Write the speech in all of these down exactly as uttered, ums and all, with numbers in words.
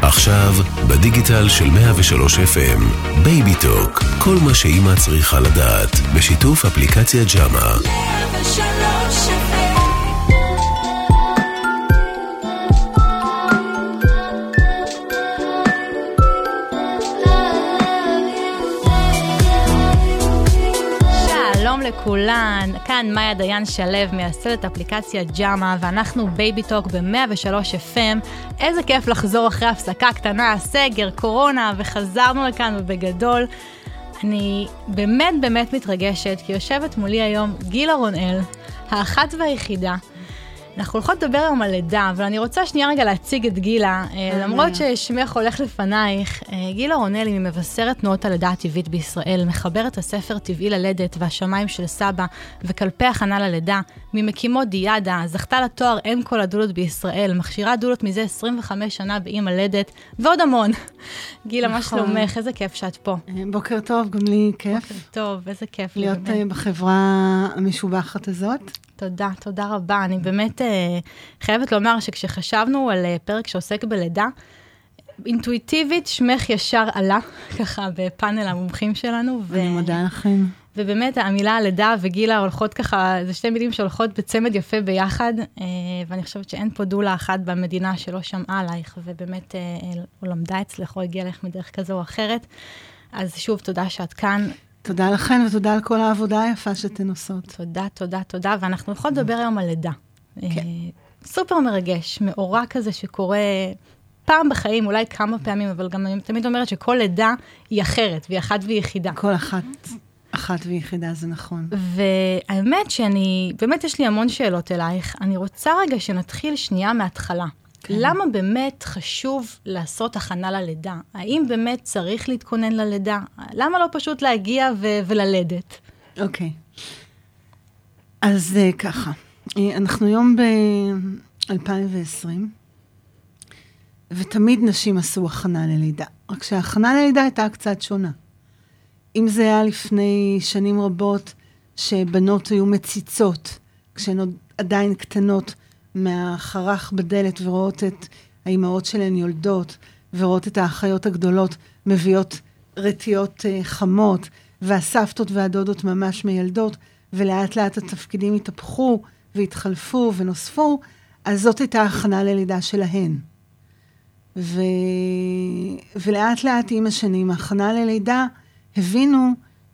עכשיו, בדיגיטל של מאה ושלוש אף אם, בייבי טוק, כל מה שאימא צריכה לדעת, בשיתוף אפליקציה ג'אמה. מאה ושלוש אף אם שלום לכולן, כאן מאיה דיין שלב מייסדת אפליקציה ג'אמה, ואנחנו בייבי טוק ב-מאה ושלוש אף אם. איזה כיף לחזור אחרי הפסקה קטנה, סגר, קורונה, וחזרנו לכאן ובגדול. אני באמת באמת מתרגשת, כי יושבת מולי היום גילה רונאל, האחת והיחידה. אנחנו הולכות לדבר היום על לידה, אבל אני רוצה שנייה רגע להציג את גילה, למרות ששמך הולך לפנייך. גילה רונאל היא מבשרת תנועות הלידה הטבעית בישראל, מחברת הספר טבעי ללדת והשמיים של סבא וקלפי הכנה ללידה, ממקימות דיאדה, זכתה לתואר אם כל הדולות בישראל, מכשירה דולות מזה עשרים וחמש שנה באם הלדת, ועוד המון. גילה, מה שלומך? איזה כיף שאת פה. בוקר טוב, גם לי כיף. בוקר טוב, איזה כיף. להיות בחברה המשובחת הזאת. תודה, תודה רבה. אני באמת אה, חייבת לומר שכשחשבנו על אה, פרק שעוסק בלידה, אינטואיטיבית שמך ישר עלה, ככה בפאנל המומחים שלנו. ו... אני מודה לכם. ובאמת המילה הלידה וגילה הולכות ככה, זה שתי מילים שהולכות בצמד יפה ביחד, אה, ואני חושבת שאין פה דולה אחת במדינה שלא שמעה עלייך, ובאמת אה, הוא למדה אצלך או הגיע לך מדרך כזו או אחרת. אז שוב, תודה שאת כאן. תודה לכן ותודה על כל העבודה היפה שאתן עושות. תודה, תודה, תודה. ואנחנו יכולים לדבר היום על לידה. כן. סופר מרגש, מאורע כזה שקורה פעם בחיים, אולי כמה פעמים, אבל גם אני תמיד אומרת שכל לידה היא אחרת, והיא אחת ויחידה. כל אחת, אחת ויחידה, זה נכון. והאמת שאני, באמת יש לי המון שאלות אלייך. אני רוצה רגע שנתחיל שנייה מההתחלה. כן. למה באמת חשוב לעשות הכנה ללידה? האם באמת צריך להתכונן ללידה? למה לא פשוט להגיע ו- וללדת? אוקיי. אז uh, ככה, אנחנו היום ב-אלפיים ועשרים, ותמיד נשים עשו הכנה ללידה. רק שההכנה ללידה הייתה קצת שונה. אם זה היה לפני שנים רבות, שבנות היו מציצות, כשהן עוד עדיין קטנות, מהחרך בדלת ורואות את האימהות שלהן יולדות, ורואות את האחיות הגדולות מביאות רטיות uh, חמות, והסבתות והדודות ממש מילדות, ולאט לאט התפקידים התהפכו והתחלפו ונוספו, אז זאת הייתה הכנה ללידה שלהן. ו... ולאט לאט עם השנים, הכנה ללידה, הבינו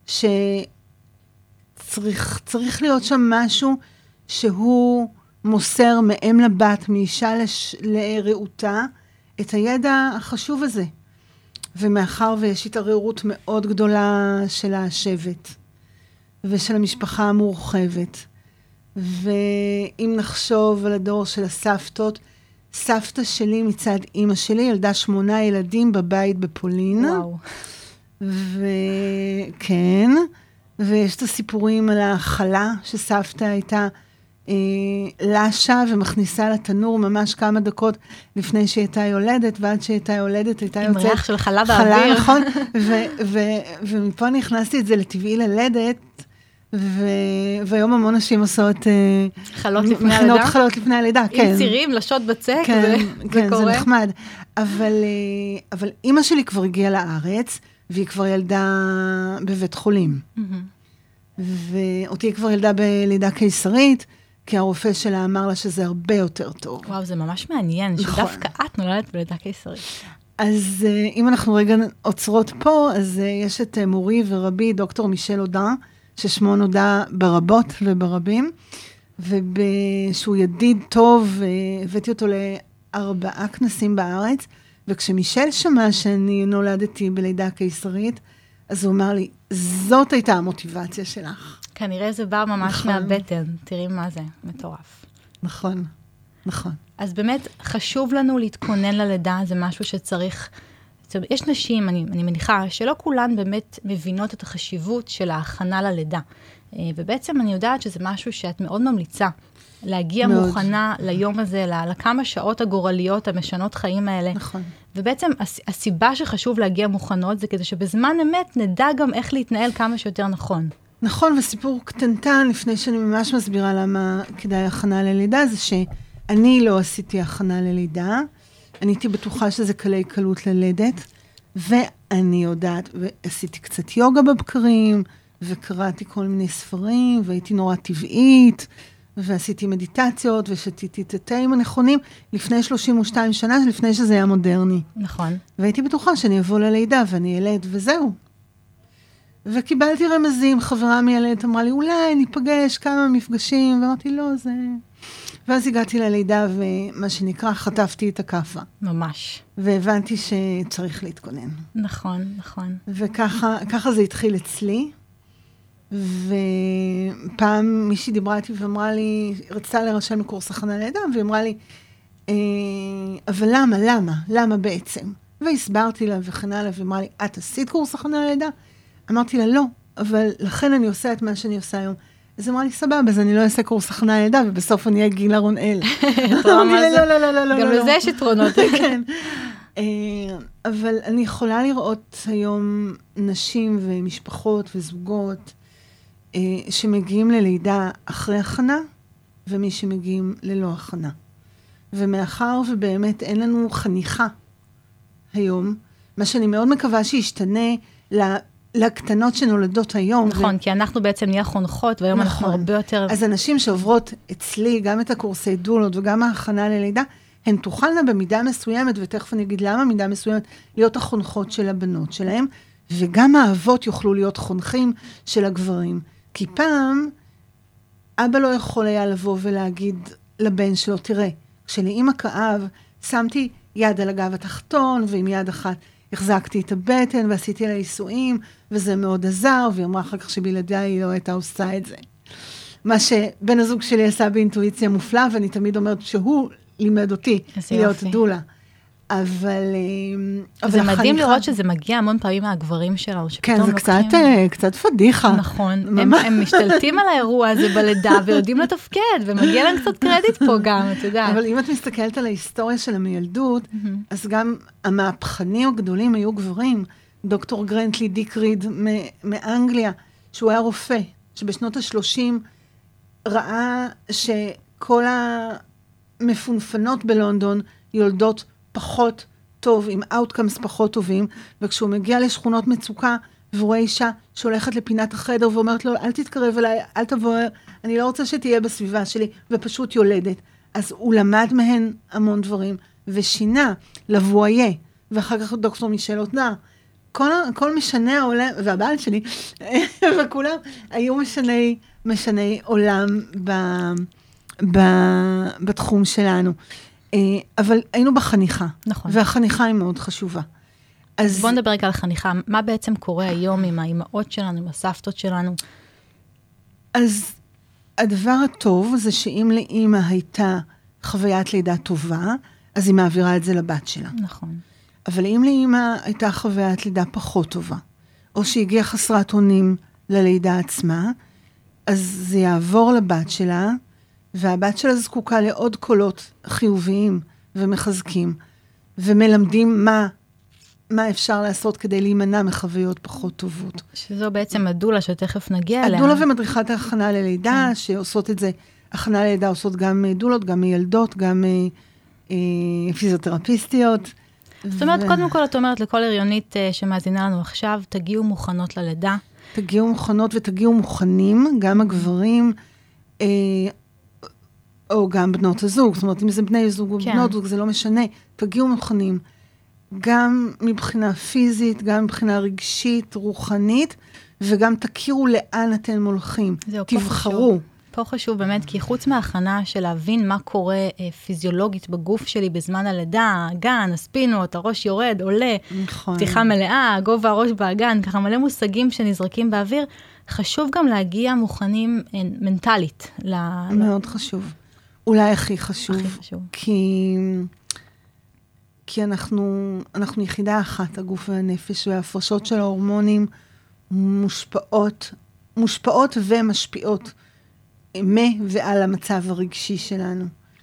שצריך צריך להיות שם משהו שהוא מוסר מאם לבת, מאישה לש... לרעותה, את הידע החשוב הזה. ומאחר ויש התערערות מאוד גדולה של השבט, ושל המשפחה המורחבת. ואם נחשוב על הדור של הסבתות, סבתא שלי מצד אמא שלי, ילדה שמונה ילדים בבית בפולין. וואו. וכן, ויש את הסיפורים על החלה, שסבתא הייתה אה, לשה ומכניסה לתנור ממש כמה דקות לפני שהיא הייתה יולדת, ועד שהיא הייתה יולדת הייתה יוצאת... עם ריח של חלה באוויר. חלה, נכון. ו- ו- ומפה נכנסתי את זה לטבעי ללדת, ו- והיום המון נשים עושות... חלות לפני הלידה? מכינות חלות לפני הלידה, כן. עם צירים, לשות בצק, כן, זה, כן, זה קורה. זה נחמד. אבל, אבל אמא שלי כבר הגיעה לארץ, והיא כבר ילדה בבית חולים. Mm-hmm. ואותי כבר ילדה בלידה קיסרית, כי הרופא שלה אמר לה שזה הרבה יותר טוב. וואו, זה ממש מעניין, נכון. שדווקא את נולדת בלידה קיסרית. אז אם אנחנו רגע עוצרות פה, אז יש את מורי ורבי דוקטור מישל אודן, ששמו נודע ברבות וברבים, ושהוא ידיד טוב, הבאתי אותו לארבעה כנסים בארץ, וכשמישל שמע שאני נולדתי בלידה קיסרית, אז הוא אמר לי, זאת הייתה המוטיבציה שלך. כנראה זה בא ממש נכון. מהבטן, תראי מה זה, מטורף. נכון, נכון. אז באמת חשוב לנו להתכונן ללידה, זה משהו שצריך, יש נשים, אני, אני מניחה, שלא כולן באמת מבינות את החשיבות של ההכנה ללידה. ובעצם אני יודעת שזה משהו שאת מאוד ממליצה, להגיע מאוד. מוכנה ליום הזה, לכמה שעות הגורליות, המשנות חיים האלה. נכון. ובעצם הסיבה שחשוב להגיע מוכנות, זה כדי שבזמן אמת נדע גם איך להתנהל כמה שיותר נכון. נכון, וסיפור קטנטן, לפני שאני ממש מסבירה למה כדאי הכנה ללידה, זה שאני לא עשיתי הכנה ללידה, אני הייתי בטוחה שזה קלי קלות ללדת, ואני יודעת, ועשיתי קצת יוגה בבקרים, וקראתי כל מיני ספרים, והייתי נורא טבעית, ועשיתי מדיטציות, ושתיתי את התאים הנכונים, לפני שלושים ושתיים שנה, לפני שזה היה מודרני. נכון. והייתי בטוחה שאני אבוא ללידה, ואני ילד, וזהו. וקיבלתי רמזים, חברה מילדת אמרה לי, אולי ניפגש כמה מפגשים, ואמרתי, לא, זה... ואז הגעתי ללידה, ומה שנקרא, חטפתי את הכפה. ממש. והבנתי שצריך להתכונן. נכון, נכון. וככה ככה זה התחיל אצלי. ופעם מישהי דיברה איתי ואמרה לי, רצתה לרשם לקורס הכנה לידה, והיא אמרה לי, אה, אבל למה, למה, למה בעצם? והסברתי לה וכן הלאה, ואמרה לי, את עשית קורס הכנה לידה? אמרתי לה, לא, אבל לכן אני עושה את מה שאני עושה היום. אז אמרה לי, סבבה, אז אני לא אעשה קורס הכנה לידה, ובסוף אני אהיה גילה רונאל. גם לזה יש יתרונות. כן. אבל אני יכולה לראות היום נשים ומשפחות וזוגות, שמגיעים ללידה אחרי הכנה, ומי שמגיעים ללא הכנה. ומאחר ובאמת אין לנו חניכה היום, מה שאני מאוד מקווה שישתנה לקטנות שנולדות היום. נכון, ו... כי אנחנו בעצם נהיה חונכות, והיום נכון. אנחנו הרבה יותר... אז אנשים שעוברות אצלי, גם את הקורסי דולות וגם ההכנה ללידה, הן תוכלנה במידה מסוימת, ותכף אני אגיד למה מידה מסוימת, להיות החונכות של הבנות שלהם, וגם האבות יוכלו להיות חונכים של הגברים. כי פעם, אבא לא יכול היה לבוא ולהגיד לבן שלו, תראה, כשלאמא כאב, שמתי יד על הגב התחתון, ועם יד אחת החזקתי את הבטן, ועשיתי לה ניסויים, וזה מאוד עזר, והיא אמרה אחר כך שבלעדיה היא לא הייתה עושה את זה. מה שבן הזוג שלי עשה באינטואיציה מופלאה, ואני תמיד אומרת שהוא לימד אותי להיות דולה. אבל... זה מדהים לראות שזה מגיע המון פעמים מהגברים שלנו, כן, זה קצת פדיחה. נכון. הם משתלטים על האירוע הזה בלידה, ויודעים לתפקד, ומגיע להם קצת קרדיט פה גם, אתה יודע. אבל אם את מסתכלת על ההיסטוריה של המילדות, אז גם המהפכנים הגדולים היו גברים. דוקטור גרנטלי דיק ריד מאנגליה, שהוא היה רופא, שבשנות ה-שלושים ראה שכל המפונפנות בלונדון יולדות פחות טוב, עם outcomes פחות טובים, וכשהוא מגיע לשכונות מצוקה, והוא רואה אישה שהולכת לפינת החדר, ואומרת לו, אל תתקרב אליי, אל תבוא, אני לא רוצה שתהיה בסביבה שלי, ופשוט יולדת. אז הוא למד מהן המון דברים, ושינה לבויה, ואחר כך דוקטור מישל אותנר, כל, כל משני העולם, והבעל שלי, וכולם היו משני, משני עולם ב, ב, בתחום שלנו. אבל היינו בחניכה. נכון. והחניכה היא מאוד חשובה. אז בוא נדבר רגע על חניכה. מה בעצם קורה היום עם האימהות שלנו, עם הסבתות שלנו? אז הדבר הטוב זה שאם לאמא הייתה חוויית לידה טובה, אז היא מעבירה את זה לבת שלה. נכון. אבל אם לאמא הייתה חוויית לידה פחות טובה, או שהגיעה חסרת אונים ללידה עצמה, אז זה יעבור לבת שלה, והבת שלה זקוקה לעוד קולות חיוביים ומחזקים, ומלמדים מה, מה אפשר לעשות כדי להימנע מחוויות פחות טובות. שזו בעצם הדולה שתכף נגיע אליה. הדולה ומדריכת ההכנה ללידה, שעושות את זה, הכנה ללידה עושות גם דולות, גם מילדות, גם אה, פיזיותרפיסטיות. זאת אומרת, ו... קודם כל את אומרת לכל הריונית שמאזינה לנו עכשיו, תגיעו מוכנות ללידה. תגיעו מוכנות ותגיעו מוכנים, גם הגברים, אה, או גם בנות הזוג, זאת אומרת, אם זה בני זוג או כן. בנות זוג, זה לא משנה, תגיעו מוכנים, גם מבחינה פיזית, גם מבחינה רגשית, רוחנית, וגם תכירו לאן אתם הולכים, תבחרו. פה חשוב באמת, כי חוץ מההכנה של להבין מה קורה אה, פיזיולוגית בגוף שלי בזמן הלידה, הגן, הספינות, הראש יורד, עולה, נכון. פתיחה מלאה, גובה הראש באגן, ככה מלא מושגים שנזרקים באוויר, חשוב גם להגיע מוכנים אה, מנטלית. מאוד ל... חשוב. אולי הכי חשוב. הכי חשוב. כי, כי אנחנו, אנחנו יחידה אחת, הגוף והנפש, וההפרשות של ההורמונים מושפעות, מושפעות ומשפיעות מה ועל המצב הרגשי שלנו.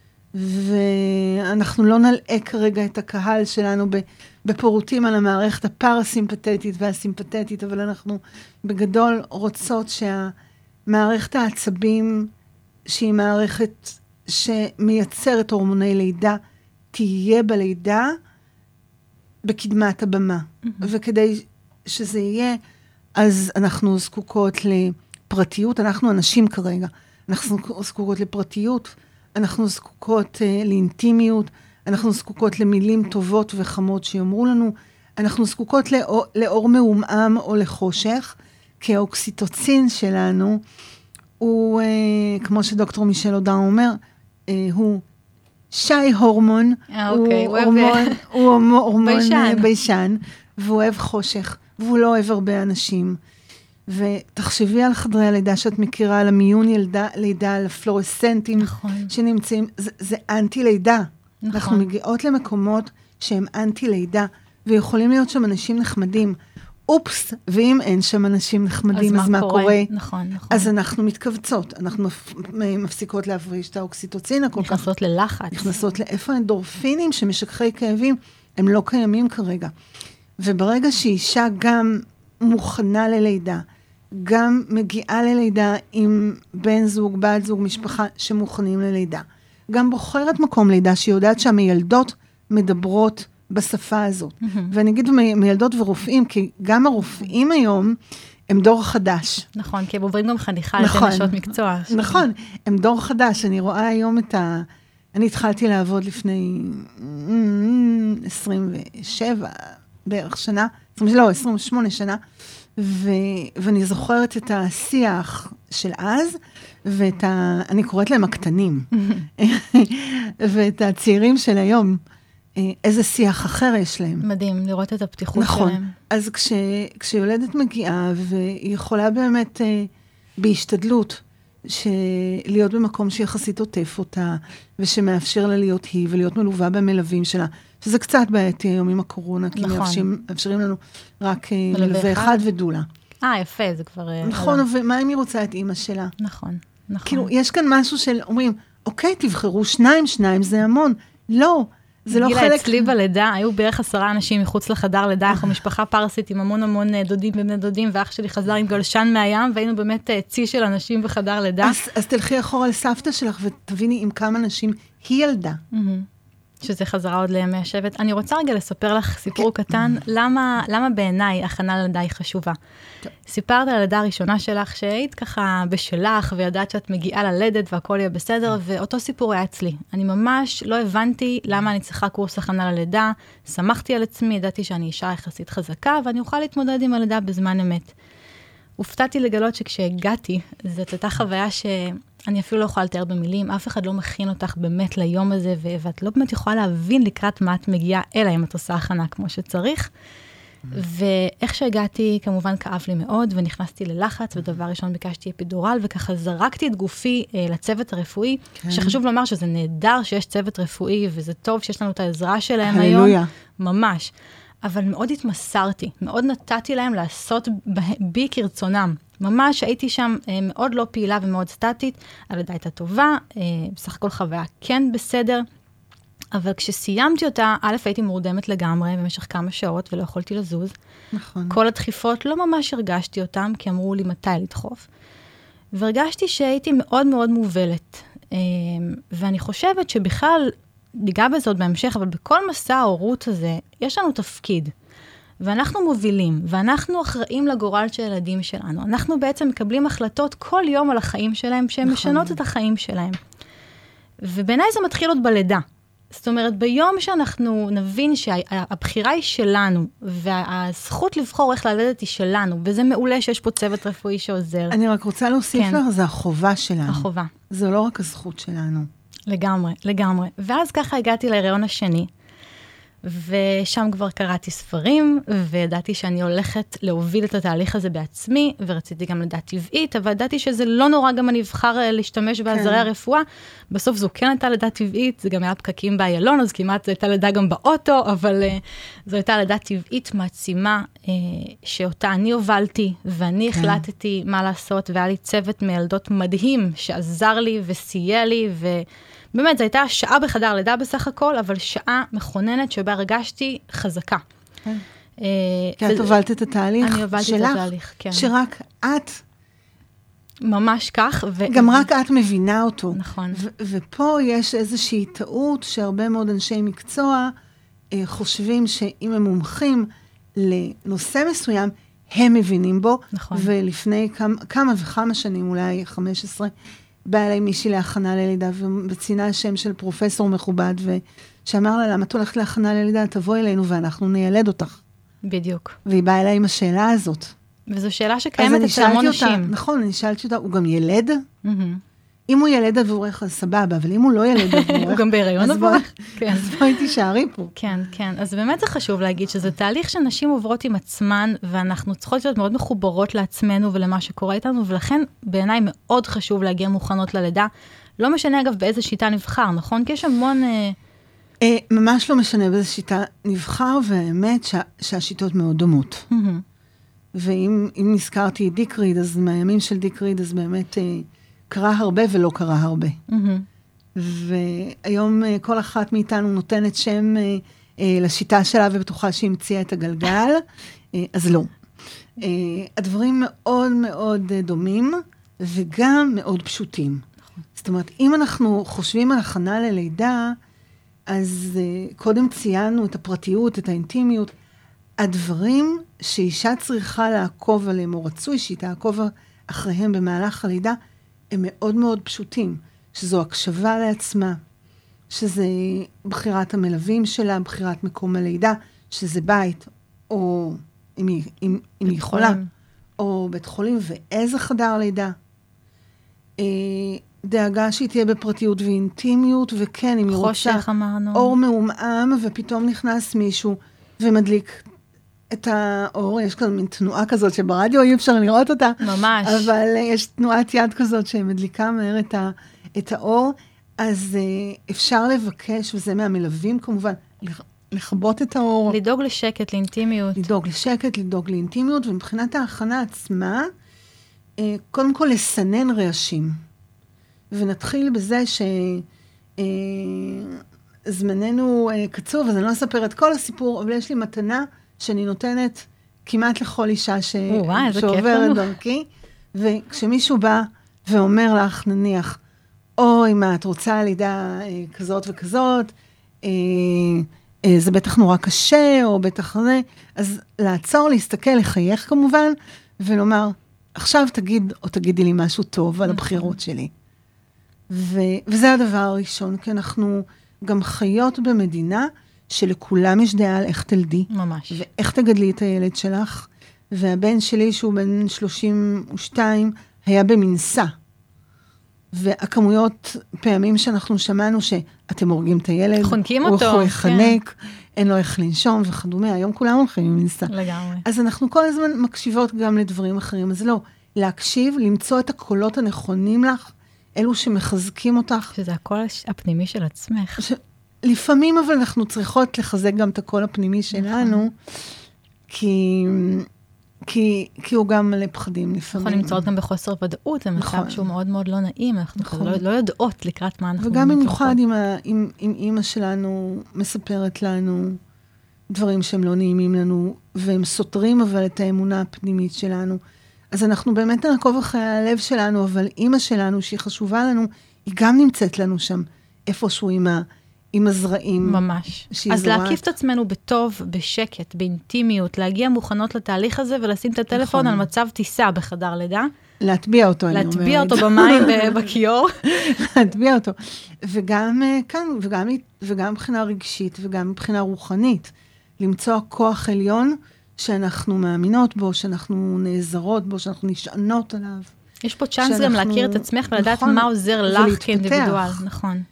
ואנחנו לא נלאה כרגע את הקהל שלנו בפירוטים על המערכת הפרסימפתטית והסימפתטית, אבל אנחנו בגדול רוצות שהמערכת העצבים, שהיא מערכת שמייצרת הורמוני לידה, תהיה בלידה בקדמת הבמה. Mm-hmm. וכדי שזה יהיה, אז אנחנו זקוקות לפרטיות, אנחנו אנשים כרגע, אנחנו זקוקות לפרטיות, אנחנו זקוקות uh, לאינטימיות, אנחנו זקוקות למילים טובות וחמות שיאמרו לנו, אנחנו זקוקות לאור, לאור מעומעם או לחושך, כי האוקסיטוצין שלנו, הוא, uh, כמו שדוקטור מישל אודר אומר, uh, הוא שי הורמון, okay, הוא הורמון, הוא הורמון ביישן. ביישן, והוא אוהב חושך, והוא לא אוהב הרבה אנשים. ותחשבי על חדרי הלידה שאת מכירה, על המיון ילדה, לידה, על הפלורסנטים, נכון. שנמצאים, זה, זה אנטי לידה. נכון. אנחנו מגיעות למקומות שהם אנטי לידה, ויכולים להיות שם אנשים נחמדים. אופס, ואם אין שם אנשים נחמדים, אז, אז מה קורה? קורה? נכון, נכון. אז אנחנו מתכווצות, אנחנו מפסיקות להפריש את האוקסיטוצין, נכנסות כך, ללחץ. נכנסות לאיפה האנדורפינים שמשככי כאבים, הם לא קיימים כרגע. וברגע שאישה גם מוכנה ללידה, גם מגיעה ללידה עם בן זוג, בת זוג, משפחה שמוכנים ללידה, גם בוחרת מקום לידה שיודעת שהמיילדות מדברות בשפה הזאת. Mm-hmm. ואני אגיד מיילדות ורופאים, כי גם הרופאים היום הם דור חדש. נכון, כי הם עוברים גם חניכה נכון, לתן נשות מקצוע. נכון, הם דור חדש. אני רואה היום את ה... אני התחלתי לעבוד לפני עשרים ושבע בערך שנה, לא, עשרים ושמונה שנה, ו... ואני זוכרת את השיח של אז, ואת ה... אני קוראת להם הקטנים, ואת הצעירים של היום, איזה שיח אחר יש להם. מדהים, לראות את הפתיחות נכון. שלהם. אז כש... כשיולדת מגיעה, והיא יכולה באמת אה, בהשתדלות, להיות במקום שיחסית עוטף אותה, ושמאפשר לה להיות היא, ולהיות מלווה במלווים שלה, שזה קצת בעייתי היום עם הקורונה, כי נכון. מאפשרים, מאפשרים לנו רק מלווה אחד ודולה. אה, יפה, זה כבר... נכון, ומה אם היא רוצה את אימא שלה? נכון, נכון. כאילו, יש כאן משהו של, אומרים, אוקיי, תבחרו שניים, שניים זה המון. לא, זה לא חלק... גילה, אצלי בלידה, היו בערך עשרה אנשים מחוץ לחדר לידה, אנחנו משפחה פרסית עם המון המון דודים ובני דודים, ואח שלי חזר עם גולשן מהים, והיינו באמת צי של אנשים בחדר לידה. אז, אז תלכי אחורה לסבתא שלך, ותביני עם כמה אנשים היא ילדה. שזה חזרה עוד לימי השבט. אני רוצה רגע לספר לך סיפור קטן, למה, למה בעיניי הכנה ללידה היא חשובה. סיפרת על הלידה הראשונה שלך, שהיית ככה בשלך, וידעת שאת מגיעה ללדת, והכל יהיה בסדר, ואותו סיפור היה אצלי. אני ממש לא הבנתי למה אני צריכה קורס הכנה ללידה, שמחתי על עצמי, ידעתי שאני אישה יחסית חזקה, ואני אוכל להתמודד עם הלידה בזמן אמת. הופתעתי לגלות שכשהגעתי, זאת הייתה חוויה שאני אפילו לא יכולה לתאר במילים, אף אחד לא מכין אותך באמת ליום הזה, ואת לא באמת יכולה להבין לקראת מה את מגיעה, אלא אם את עושה הכנה כמו שצריך. ואיך שהגעתי, כמובן כאב לי מאוד, ונכנסתי ללחץ, ודבר ראשון ביקשתי אפידורל, וככה זרקתי את גופי אה, לצוות הרפואי, כן. שחשוב לומר שזה נהדר שיש צוות רפואי, וזה טוב שיש לנו את העזרה שלהם היום. הללויה. ממש. אבל מאוד התמסרתי, מאוד נתתי להם לעשות בי כרצונם. ממש הייתי שם אה, מאוד לא פעילה ומאוד סטטית, הלידה הייתה טובה, אה, בסך הכל חוויה כן בסדר, אבל כשסיימתי אותה, א', הייתי מורדמת לגמרי במשך כמה שעות, ולא יכולתי לזוז. נכון. כל הדחיפות לא ממש הרגשתי אותם, כי אמרו לי מתי לדחוף. והרגשתי שהייתי מאוד מאוד מובלת. ואני חושבת שבכלל, ניגע בזה עוד בהמשך, אבל בכל מסע ההורות הזה, יש לנו תפקיד. ואנחנו מובילים, ואנחנו אחראים לגורל של הילדים שלנו. אנחנו בעצם מקבלים החלטות כל יום על החיים שלהם, שהן נכון. משנות את החיים שלהם. ובעיניי זה מתחיל עוד בלידה. זאת אומרת, ביום שאנחנו נבין שהבחירה היא שלנו, והזכות לבחור איך ללדת היא שלנו, וזה מעולה שיש פה צוות רפואי שעוזר. אני רק רוצה להוסיף כן. לך, זה החובה שלנו. החובה. זה לא רק הזכות שלנו. לגמרי, לגמרי. ואז ככה הגעתי להיריון השני, ושם כבר קראתי ספרים, וידעתי שאני הולכת להוביל את התהליך הזה בעצמי, ורציתי גם לידה טבעית, אבל ידעתי שזה לא נורא גם אני אבחר להשתמש בעזרי הרפואה. בסוף זו כן הייתה לידה טבעית, זה גם היה פקקים באיילון, אז כמעט זו הייתה לידה גם באוטו, אבל uh, זו הייתה לידה טבעית מעצימה, uh, שאותה אני הובלתי, ואני כן. החלטתי מה לעשות, והיה לי צוות מילדות מדהים, שעזר לי וסייע לי, ו... באמת, זו הייתה שעה בחדר לידה בסך הכל, אבל שעה מכוננת שבה הרגשתי חזקה. כן. כי את הובלת את התהליך שלך. אני הובלתי את התהליך, כן. שרק את ממש כך. ו... גם רק את מבינה אותו. נכון. ו- ופה יש איזושהי טעות שהרבה מאוד אנשי מקצוע אה, חושבים שאם הם מומחים לנושא מסוים, הם מבינים בו. נכון. ולפני כמה, כמה וכמה שנים, אולי חמש עשרה, באה אליי מישהי להכנה ללידה, וציינה שם של פרופסור מכובד, ושאמר לה, למה את הולכת להכנה ללידה? תבואי אלינו ואנחנו נילד אותך. בדיוק. והיא באה אליי עם השאלה הזאת. וזו שאלה שקיימת אצל המון נשים. נכון, אני שאלתי אותה, הוא גם ילד? Mm-hmm. אם הוא ילד עבורך, אז סבבה, אבל אם הוא לא ילד עבורך, הוא גם בהיריון עבורך. אז בואי תישארי פה. כן, כן. אז באמת זה חשוב להגיד שזה תהליך שנשים עוברות עם עצמן, ואנחנו צריכות להיות מאוד מחוברות לעצמנו ולמה שקורה איתנו, ולכן בעיניי מאוד חשוב להגיע מוכנות ללידה. לא משנה אגב באיזה שיטה נבחר, נכון? כי יש המון... ממש לא משנה באיזה שיטה נבחר, והאמת שהשיטות מאוד דומות. ואם נזכרתי את דיק ריד, אז מהימים של דיק ריד, אז באמת... קרה הרבה ולא קרה הרבה. Mm-hmm. והיום כל אחת מאיתנו נותנת שם אה, אה, לשיטה שלה ובטוחה שהיא המציאה את הגלגל, אה, אז לא. אה, הדברים מאוד מאוד דומים וגם מאוד פשוטים. נכון. זאת אומרת, אם אנחנו חושבים על הכנה ללידה, אז אה, קודם ציינו את הפרטיות, את האינטימיות, הדברים שאישה צריכה לעקוב עליהם, או רצוי שהיא תעקוב אחריהם במהלך הלידה, הם מאוד מאוד פשוטים, שזו הקשבה לעצמה, שזה בחירת המלווים שלה, בחירת מקום הלידה, שזה בית, או אם היא, אם, אם היא יכולה, או בית חולים, ואיזה חדר לידה. אה, דאגה שהיא תהיה בפרטיות ואינטימיות, וכן, אם היא רוצה, אמרנו. אור מעומעם, ופתאום נכנס מישהו ומדליק את האור, יש כאן מין תנועה כזאת שברדיו אי אפשר לראות אותה. ממש. אבל יש תנועת יד כזאת שמדליקה מהר את, ה, את האור, אז אפשר לבקש, וזה מהמלווים כמובן, לכבות את האור. לדאוג לשקט, לאינטימיות. לדאוג לשקט, לדאוג לאינטימיות, ומבחינת ההכנה עצמה, קודם כל לסנן רעשים. ונתחיל בזה שזמננו קצוב, אז אני לא אספר את כל הסיפור, אבל יש לי מתנה, שאני נותנת כמעט לכל אישה ש... וואי, שעוברת דרכי, וכשמישהו בא ואומר לך, נניח, אוי, מה, את רוצה לידה אה, כזאת וכזאת, אה, אה, זה בטח נורא קשה, או בטח זה, אז לעצור, להסתכל, לחייך כמובן, ולומר, עכשיו תגיד, או תגידי לי משהו טוב על הבחירות שלי. ו, וזה הדבר הראשון, כי אנחנו גם חיות במדינה, שלכולם יש דעה על איך תלדי. ממש. ואיך תגדלי את הילד שלך. והבן שלי, שהוא בן שלושים ושתיים, היה במנסה. והכמויות פעמים שאנחנו שמענו שאתם הורגים את הילד. חונקים אותו. הוא יכול לחנק, כן. אין לו איך לנשום וכדומה. היום כולם הולכים עם מנסה. לגמרי. אז אנחנו כל הזמן מקשיבות גם לדברים אחרים. אז לא, להקשיב, למצוא את הקולות הנכונים לך, אלו שמחזקים אותך. שזה הקול הפנימי של עצמך. ש... לפעמים, אבל אנחנו צריכות לחזק גם את הקול הפנימי שלנו, כי, כי, כי הוא גם מלא פחדים לפעמים. אנחנו נמצאות גם בחוסר ודאות, זה מצב שהוא מאוד מאוד לא נעים, אנחנו לא, לא יודעות לקראת מה אנחנו... וגם במיוחד עם, עם, עם אמא שלנו מספרת לנו דברים שהם לא נעימים לנו, והם סותרים אבל את האמונה הפנימית שלנו. אז אנחנו באמת נעקוב אחרי הלב שלנו, אבל אמא שלנו, שהיא חשובה לנו, היא גם נמצאת לנו שם, איפשהו עם ה... עם הזרעים. ממש. אז להקיף את עצמנו בטוב, בשקט, באינטימיות, להגיע מוכנות לתהליך הזה, ולשים את הטלפון על מצב טיסה בחדר לידה. להטביע אותו, אני אומרת. להטביע אותו במים בכיור. להטביע אותו. וגם כאן, וגם, וגם מבחינה רגשית, וגם מבחינה רוחנית, למצוא כוח עליון, שאנחנו מאמינות בו, שאנחנו נעזרות בו, שאנחנו נשענות עליו. יש פה צ'אנס גם להכיר את עצמך, ולדעת מה עוזר לך כאינדיבידואל. נכון.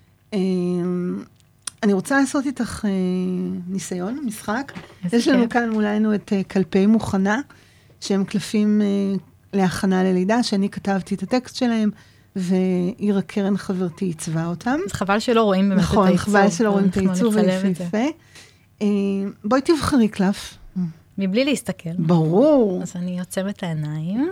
אני רוצה לעשות איתך אה, ניסיון, משחק. יש לנו כאן מולנו את אה, קלפי מוכנה, שהם קלפים אה, להכנה ללידה, שאני כתבתי את הטקסט שלהם, ועירה קרן חברתי עיצבה אותם. אז חבל שלא רואים באמת נכון, את העיצוב. נכון, חבל שלא רואים את העיצוב היפהפה. אה, בואי תבחרי קלף. מבלי להסתכל. ברור. אז אני יוצא את העיניים.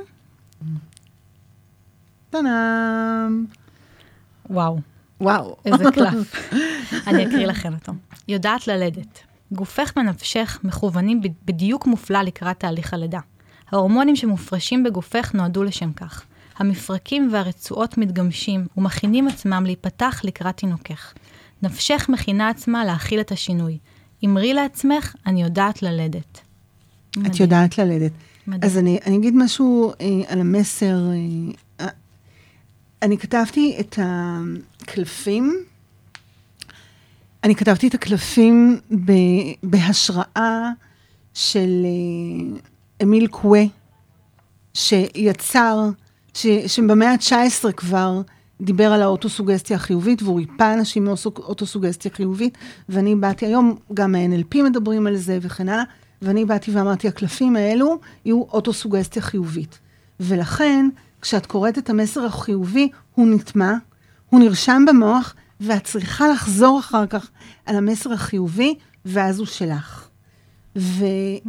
טנאם. וואו. וואו. איזה קלף. אני אקריא לכם אותו. יודעת ללדת. גופך ונפשך מכוונים בדיוק מופלא לקראת תהליך הלידה. ההורמונים שמופרשים בגופך נועדו לשם כך. המפרקים והרצועות מתגמשים ומכינים עצמם להיפתח לקראת תינוקך. נפשך מכינה עצמה להכיל את השינוי. אמרי לעצמך, אני יודעת ללדת. את מדהים. יודעת ללדת. מדהים. אז אני, אני אגיד משהו אה, על המסר. אה, אני כתבתי את הקלפים, אני כתבתי את הקלפים ב, בהשראה של אה, אמיל קווה, שיצר, ש, שבמאה ה-תשע עשרה כבר דיבר על האוטוסוגסטיה החיובית, והוא ריפא אנשים מאוטוסוגסטיה חיובית, ואני באתי היום, גם ה-אן אל פי מדברים על זה וכן הלאה, ואני באתי ואמרתי, הקלפים האלו יהיו אוטוסוגסטיה חיובית. ולכן, כשאת קוראת את המסר החיובי, הוא נטמע, הוא נרשם במוח, ואת צריכה לחזור אחר כך על המסר החיובי, ואז הוא שלך. ו-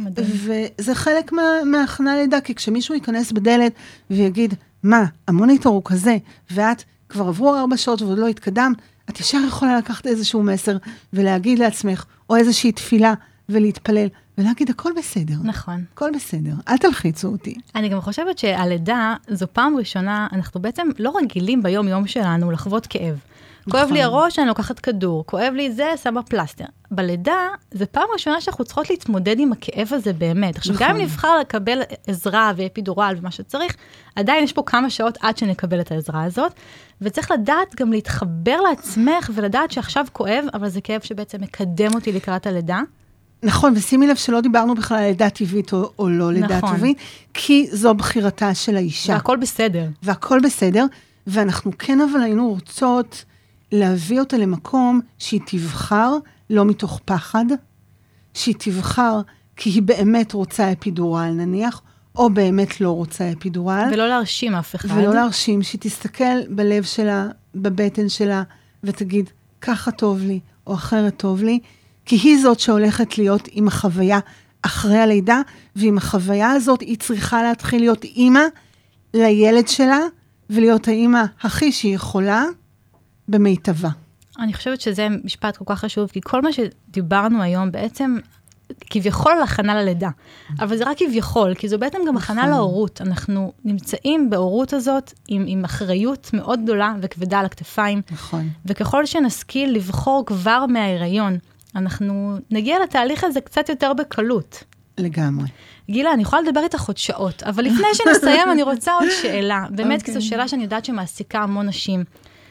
וזה חלק מה, מההכנה לידה, כי כשמישהו ייכנס בדלת ויגיד, מה, המוניטור הוא כזה, ואת כבר עברו ארבע שעות ועוד לא התקדמת, את ישר יכולה לקחת איזשהו מסר ולהגיד לעצמך, או איזושהי תפילה ולהתפלל, ולהגיד, הכל בסדר. נכון. הכל בסדר, אל תלחיצו אותי. אני גם חושבת שהלידה, זו פעם ראשונה, אנחנו בעצם לא רגילים ביום יום שלנו לחוות כאב. כואב לי הראש, אני לוקחת כדור, כואב לי זה, שמה פלסטר. בלידה, זה פעם ראשונה שאנחנו צריכות להתמודד עם הכאב הזה באמת. עכשיו, גם אם נבחר לקבל עזרה ואפידורל ומה שצריך, עדיין יש פה כמה שעות עד שנקבל את העזרה הזאת, וצריך לדעת גם להתחבר לעצמך, ולדעת שעכשיו כואב, אבל זה כאב שבעצם מקדם אותי לקראת הלידה. נכון, ושימי לב שלא דיברנו בכלל על לידה טבעית או, או לא לידה נכון. טבעית, כי זו בחירתה של האישה. והכל בסדר. והכל בסדר, ואנחנו כן אבל היינו רוצות להביא אותה למקום שהיא תבחר, לא מתוך פחד, שהיא תבחר כי היא באמת רוצה אפידורל נניח, או באמת לא רוצה אפידורל. ולא להרשים אף אחד. ולא להרשים, שהיא תסתכל בלב שלה, בבטן שלה, ותגיד, ככה טוב לי, או אחרת טוב לי, כי היא זאת שהולכת להיות עם החוויה אחרי הלידה, ועם החוויה הזאת היא צריכה להתחיל להיות אימא לילד שלה, ולהיות האימא הכי שהיא יכולה, במיטבה. אני חושבת שזה משפט כל כך חשוב, כי כל מה שדיברנו היום בעצם, כביכול על הכנה ללידה. אבל זה רק כביכול, כי זו בעצם גם הכנה להורות. אנחנו נמצאים בהורות הזאת עם, עם אחריות מאוד גדולה וכבדה על הכתפיים. נכון. וככל שנשכיל לבחור כבר מההיריון, אנחנו נגיע לתהליך הזה קצת יותר בקלות. לגמרי. גילה, אני יכולה לדבר איתך עוד שעות, אבל לפני שנסיים אני רוצה עוד שאלה. באמת, כי זו שאלה שאני יודעת שמעסיקה המון נשים.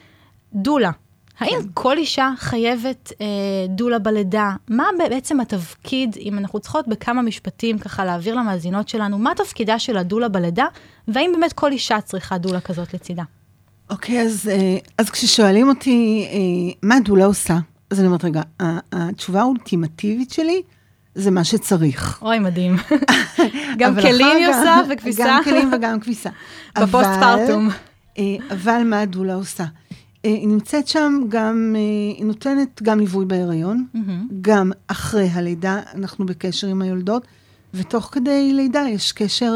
דולה. האם כל אישה חייבת אה, דולה בלידה? מה בעצם התפקיד, אם אנחנו צריכות בכמה משפטים ככה להעביר למאזינות שלנו, מה התפקידה של הדולה בלידה, והאם באמת כל אישה צריכה דולה כזאת לצידה? אוקיי, אז, אה, אז כששואלים אותי אה, מה דולה עושה, אז אני אומרת, רגע, התשובה האולטימטיבית שלי, זה מה שצריך. אוי, מדהים. גם כלים היא עושה וכביסה. גם כלים וגם כביסה. בפוסט פרטום. אבל מה הדולה עושה? היא נמצאת שם גם, היא נותנת גם ליווי בהיריון, גם אחרי הלידה, אנחנו בקשר עם היולדות, ותוך כדי לידה יש קשר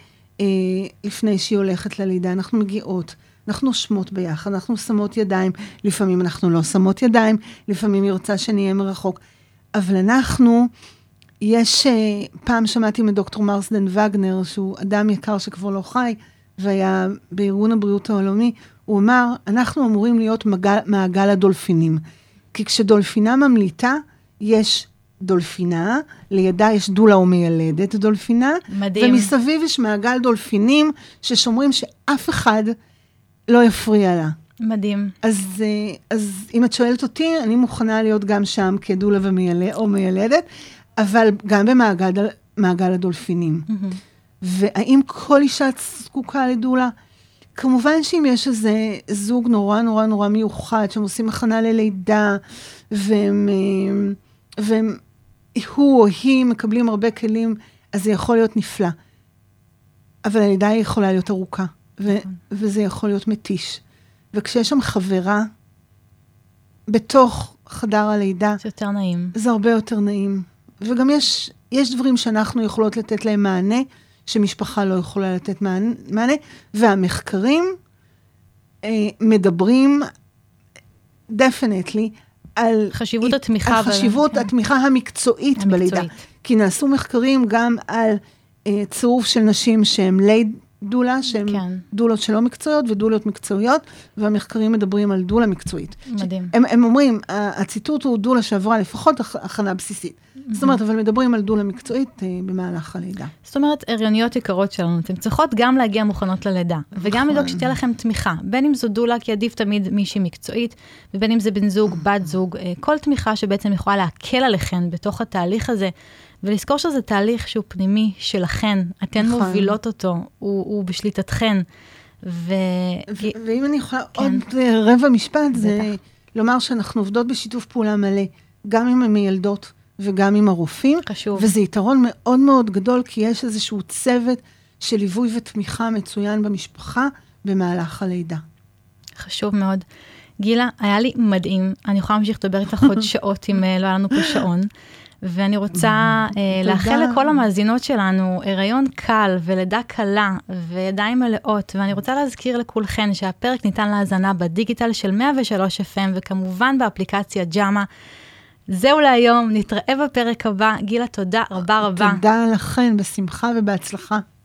לפני שהיא הולכת ללידה, אנחנו מגיעות, אנחנו נושמות ביחד, אנחנו שמות ידיים, לפעמים אנחנו לא שמות ידיים, לפעמים היא רוצה שנהיה מרחוק, אבל אנחנו, יש, פעם שמעתי מדוקטור מרסדן וגנר, שהוא אדם יקר שכבר לא חי, והיה בארגון הבריאות העולמי, הוא אמר, אנחנו אמורים להיות מגל, מעגל הדולפינים. כי כשדולפינה ממליטה, יש דולפינה, לידה יש דולה או מיילדת דולפינה, מדהים. ומסביב יש מעגל דולפינים, ששומרים שאף אחד לא יפריע לה. מדהים. אז, אז אם את שואלת אותי, אני מוכנה להיות גם שם כדולה ומיילד, או מיילדת, אבל גם במעגל מעגל הדולפינים. Mm-hmm. והאם כל אישה זקוקה לדולה? כמובן שאם יש איזה זוג נורא נורא נורא מיוחד, שהם עושים הכנה ללידה, והם, והם, הוא או היא מקבלים הרבה כלים, אז זה יכול להיות נפלא. אבל הלידה היא יכולה להיות ארוכה, ו, וזה יכול להיות מתיש. וכשיש שם חברה, בתוך חדר הלידה, זה יותר נעים. זה הרבה יותר נעים. וגם יש, יש דברים שאנחנו יכולות לתת להם מענה, שמשפחה לא יכולה לתת מענה, והמחקרים אה, מדברים definitely על חשיבות התמיכה, על חשיבות ב... התמיכה המקצועית, המקצועית בלידה. כי נעשו מחקרים גם על אה, צירוף של נשים שהן ליד דולה, שהן כן. דולות שלא מקצועיות ודולות מקצועיות, והמחקרים מדברים על דולה מקצועית. מדהים. הם, הם אומרים, הציטוט הוא דולה שעברה לפחות הכנה בסיסית. זאת אומרת, אבל מדברים על דולה מקצועית במהלך הלידה. זאת אומרת, הריוניות יקרות שלנו, אתן צריכות גם להגיע מוכנות ללידה, וגם לדאוג שתהיה לכם תמיכה, בין אם זו דולה, כי עדיף תמיד מישהי מקצועית, ובין אם זה בן זוג, בת זוג, כל תמיכה שבעצם יכולה להקל עליכן בתוך התהליך הזה, ולזכור שזה תהליך שהוא פנימי שלכן, אתן מובילות אותו, הוא, הוא בשליטתכן. ו... ואם אני יכולה עוד רבע משפט, זה לומר שאנחנו עובדות בשיתוף פעולה מלא, גם עם המילדות וגם עם הרופאים. חשוב. וזה יתרון מאוד מאוד גדול, כי יש איזשהו צוות של ליווי ותמיכה מצוין במשפחה במהלך הלידה. חשוב מאוד. גילה, היה לי מדהים. אני יכולה להמשיך לדבר איתך עוד שעות אם לא היה לנו פה שעון. ואני רוצה לאחל לכל המאזינות שלנו הריון קל ולידה קלה וידיים מלאות, ואני רוצה להזכיר לכולכן שהפרק ניתן להאזנה בדיגיטל של מאה ושלוש אף אם, וכמובן באפליקציה ג'אמה. זהו להיום, נתראה בפרק הבא. גילה, תודה רבה רבה. תודה לכן, בשמחה ובהצלחה.